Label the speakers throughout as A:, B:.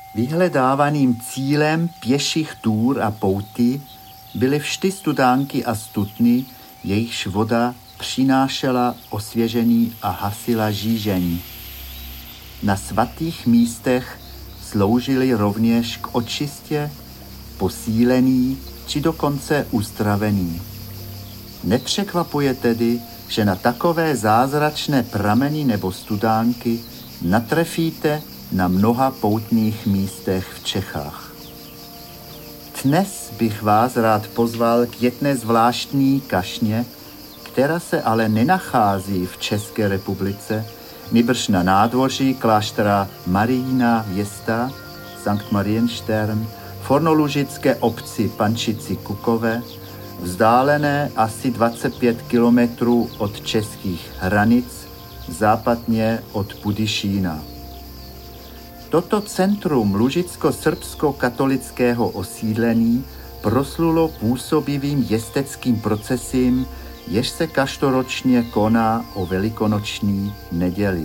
A: Vyhledávaným cílem pěších túr a pouty byly vždy studánky a studny, jejichž voda přinášela osvěžení a hasila žížení. Na svatých místech sloužili rovněž k očistě, posílení či dokonce uzdravení. Nepřekvapuje tedy, že na takové zázračné prameny nebo studánky natrefíte na mnoha poutních místech v Čechách. Dnes bych vás rád pozval k jedné zvláštní kašně, která se ale nenachází v České republice, nýbrž na nádvoří kláštera Mariina Města, Sankt Marienstern, v hornolužické obci Pančici Kukové, vzdálené asi 25 kilometrů od českých hranic, západně od Budyšína. Toto centrum lužicko-srbsko-katolického osídlení proslulo působivým jezdeckým procesím, jež se každoročně koná o velikonoční neděli.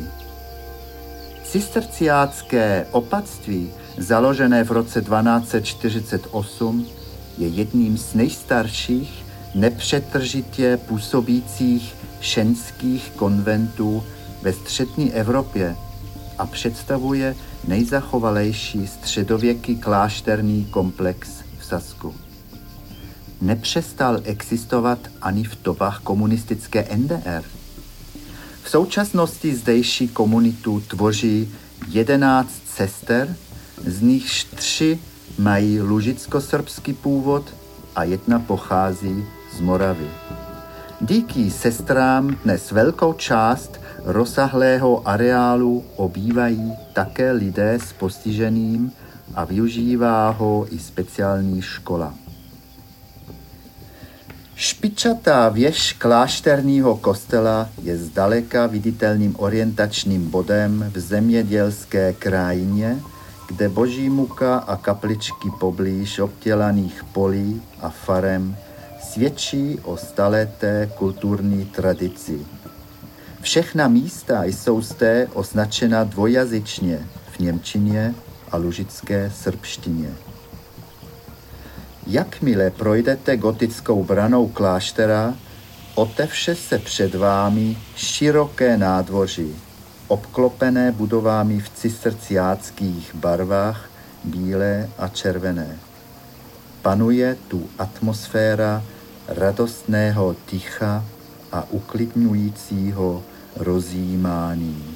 A: Cisterciácké opatství, založené v roce 1248, je jedním z nejstarších, nepřetržitě působících ženských konventů ve střední Evropě a představuje nejzachovalejší středověký klášterní komplex v Sasku. Nepřestal existovat ani v dobách komunistické NDR. V současnosti zdejší komunitu tvoří 11 sester, z nichž 3 mají lužicko-srbský původ a 1 pochází z Moravy. Díky sestrám dnes velkou část rozsáhlého areálu obývají také lidé s postižením a využívá ho i speciální škola. Špičatá věž klášterního kostela je zdaleka viditelným orientačním bodem v zemědělské krajině, kde boží muka a kapličky poblíž obdělaných polí a farem svědčí o staleté kulturní tradici. Všechna místa jsou zde označena dvojjazyčně v němčině a lužické srbštině. Jakmile projdete gotickou branou kláštera, otevře se před vámi široké nádvoří, obklopené budovami v cisterciáckých barvách bílé a červené. Panuje tu atmosféra radostného ticha a uklidňujícího rozjímání.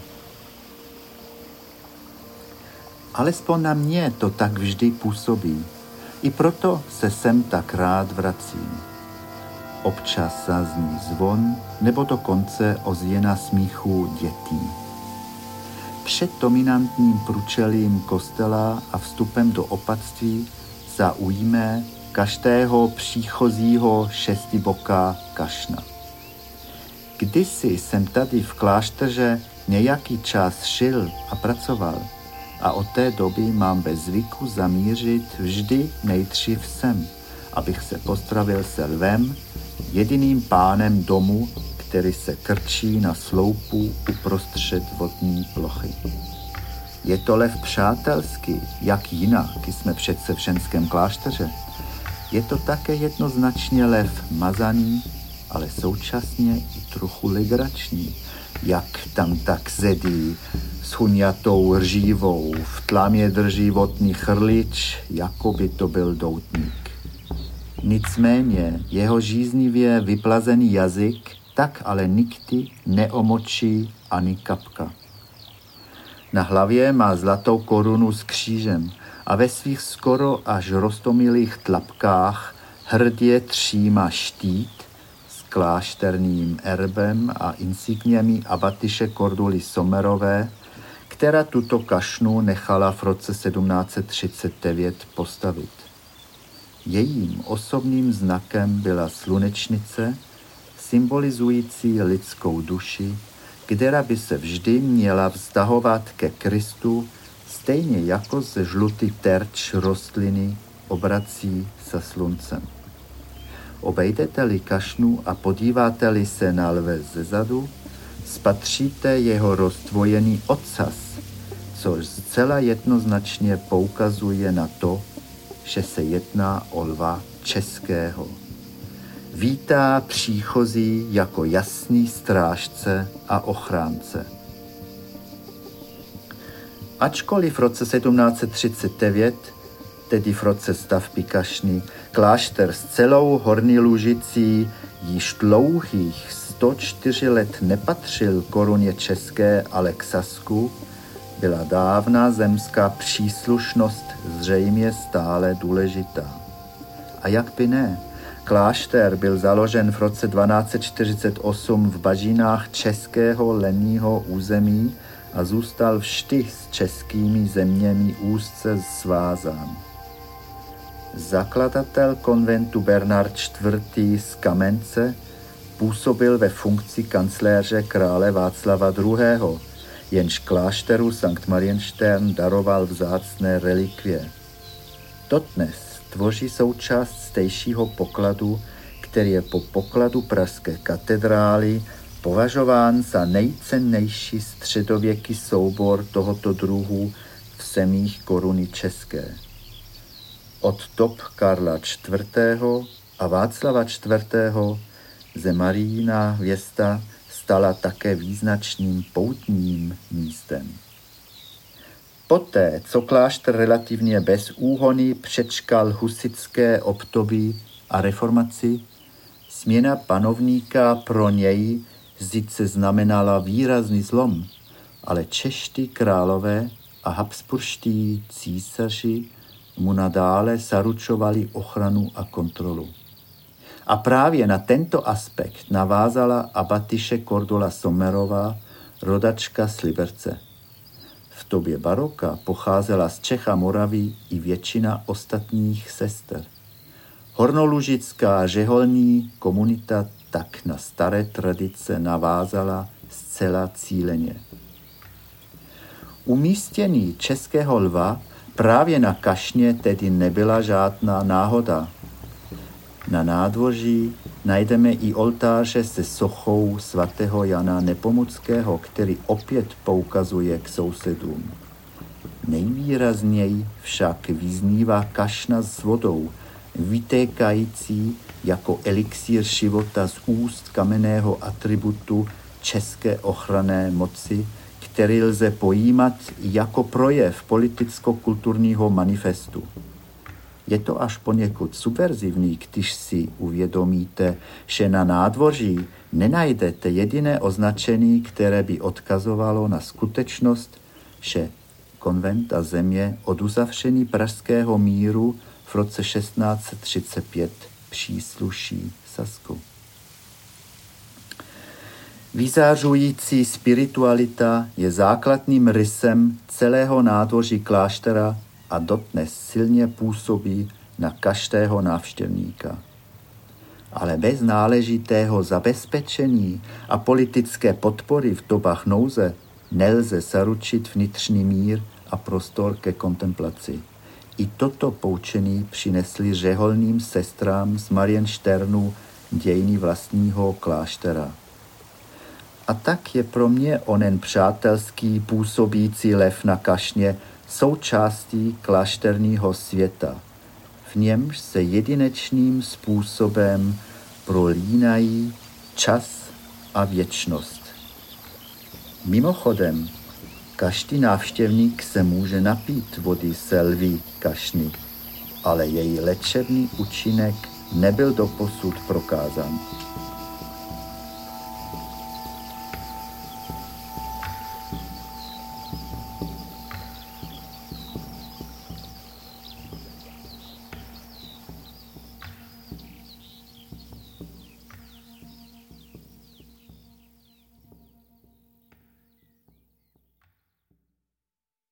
A: Alespoň na mě to tak vždy působí. I proto se sem tak rád vracím. Občas zazní zvon nebo dokonce ozvěna smíchu dětí. Před dominantním průčelím kostela a vstupem do opatství zaujme každého příchozího šestiboká kašna. Kdysi jsem tady v klášteře nějaký čas žil a pracoval a od té doby mám ve zvyku zamířit vždy nejdřív sem, abych se pozdravil se lvem, jediným pánem domu, který se krčí na sloupu uprostřed vodní plochy. Je to lev přátelský, jak jinak, jsme přece v ženském klášteře. Je to také jednoznačně lev mazaný, ale současně i trochu legrační, jak tam tak sedí s huňatou hřívou, v tlamě drží vodní chrlič, jako by to byl doutník. Nicméně jeho žíznivě vyplazený jazyk tak ale nikdy neomočí ani kapka. Na hlavě má zlatou korunu s křížem a ve svých skoro až roztomilých tlapkách hrdě třímá štít s klášterným erbem a insigniemi abatyše Korduly Sommerové, která tuto kašnu nechala v roce 1739 postavit. Jejím osobním znakem byla slunečnice, symbolizující lidskou duši, která by se vždy měla vztahovat ke Kristu, stejně jako se žlutý terč rostliny obrací se sluncem. Obejdete-li kašnu a podíváte-li se na lve zezadu, spatříte jeho rozdvojený ocas, což zcela jednoznačně poukazuje na to, že se jedná o lva českého. Vítá příchozí jako jasný strážce a ochránce. Ačkoliv v roce 1739, tedy v roce stavby kašny, klášter s celou Horní Lužicí již dlouhých 104 let nepatřil koruně české, ale k Sasku, byla dávná zemská příslušnost zřejmě stále důležitá. A jak by ne? Klášter byl založen v roce 1248 v bažinách českého lenního území a zůstal vždy s českými zeměmi úzce svázán. Zakladatel konventu Bernard IV. Z Kamence působil ve funkci kancléře krále Václava II., jenž klášteru Sankt Marienstern daroval vzácné relikvie. Dodnes tvoří součást stejšího pokladu, který je po pokladu pražské katedrály považován za nejcennější středověký soubor tohoto druhu v zemích koruny české. Od dob Karla IV. A Václava IV. se Marijina hvězda stala také význačným poutním místem. Poté, co klášter relativně bez úhony přečkal husitské období a reformaci, směna panovníka pro něj sice znamenala výrazný zlom, ale čeští králové a habsburští císaři mu nadále zaručovali ochranu a kontrolu. A právě na tento aspekt navázala abatyše Cordula Sommerová, rodačka z Liberce. V době baroka pocházela z Čech a Moravy i většina ostatních sester. Hornolužická řeholní komunita tak na staré tradice navázala zcela cíleně. Umístění českého lva právě na kašně tedy nebyla žádná náhoda. Na nádvoří najdeme i oltáře se sochou svatého Jana Nepomuckého, který opět poukazuje k sousedům. Nejvýrazněji však vyznívá kašna s vodou, vytékající jako elixír života z úst kamenného atributu české ochranné moci, který lze pojímat jako projev politicko-kulturního manifestu. Je to až poněkud subverzivní, když si uvědomíte, že na nádvoří nenajdete jediné označení, které by odkazovalo na skutečnost, že konvent a země od uzavření pražského míru v roce 1635 přísluší Sasku. Vyzářující spiritualita je základním rysem celého nádvoří kláštera a dodnes silně působí na každého návštěvníka. Ale bez náležitého zabezpečení a politické podpory v dobách nouze nelze zaručit vnitřní mír a prostor ke kontemplaci. I toto poučení přinesli řeholným sestrám z Mariensternu dějiny vlastního kláštera. A tak je pro mě onen přátelský působící lev na kašně součástí klášterního světa. V němž se jedinečným způsobem prolínají čas a věčnost. Mimochodem, každý návštěvník se může napít vody z lví kašny, ale její léčebný účinek nebyl doposud prokázán.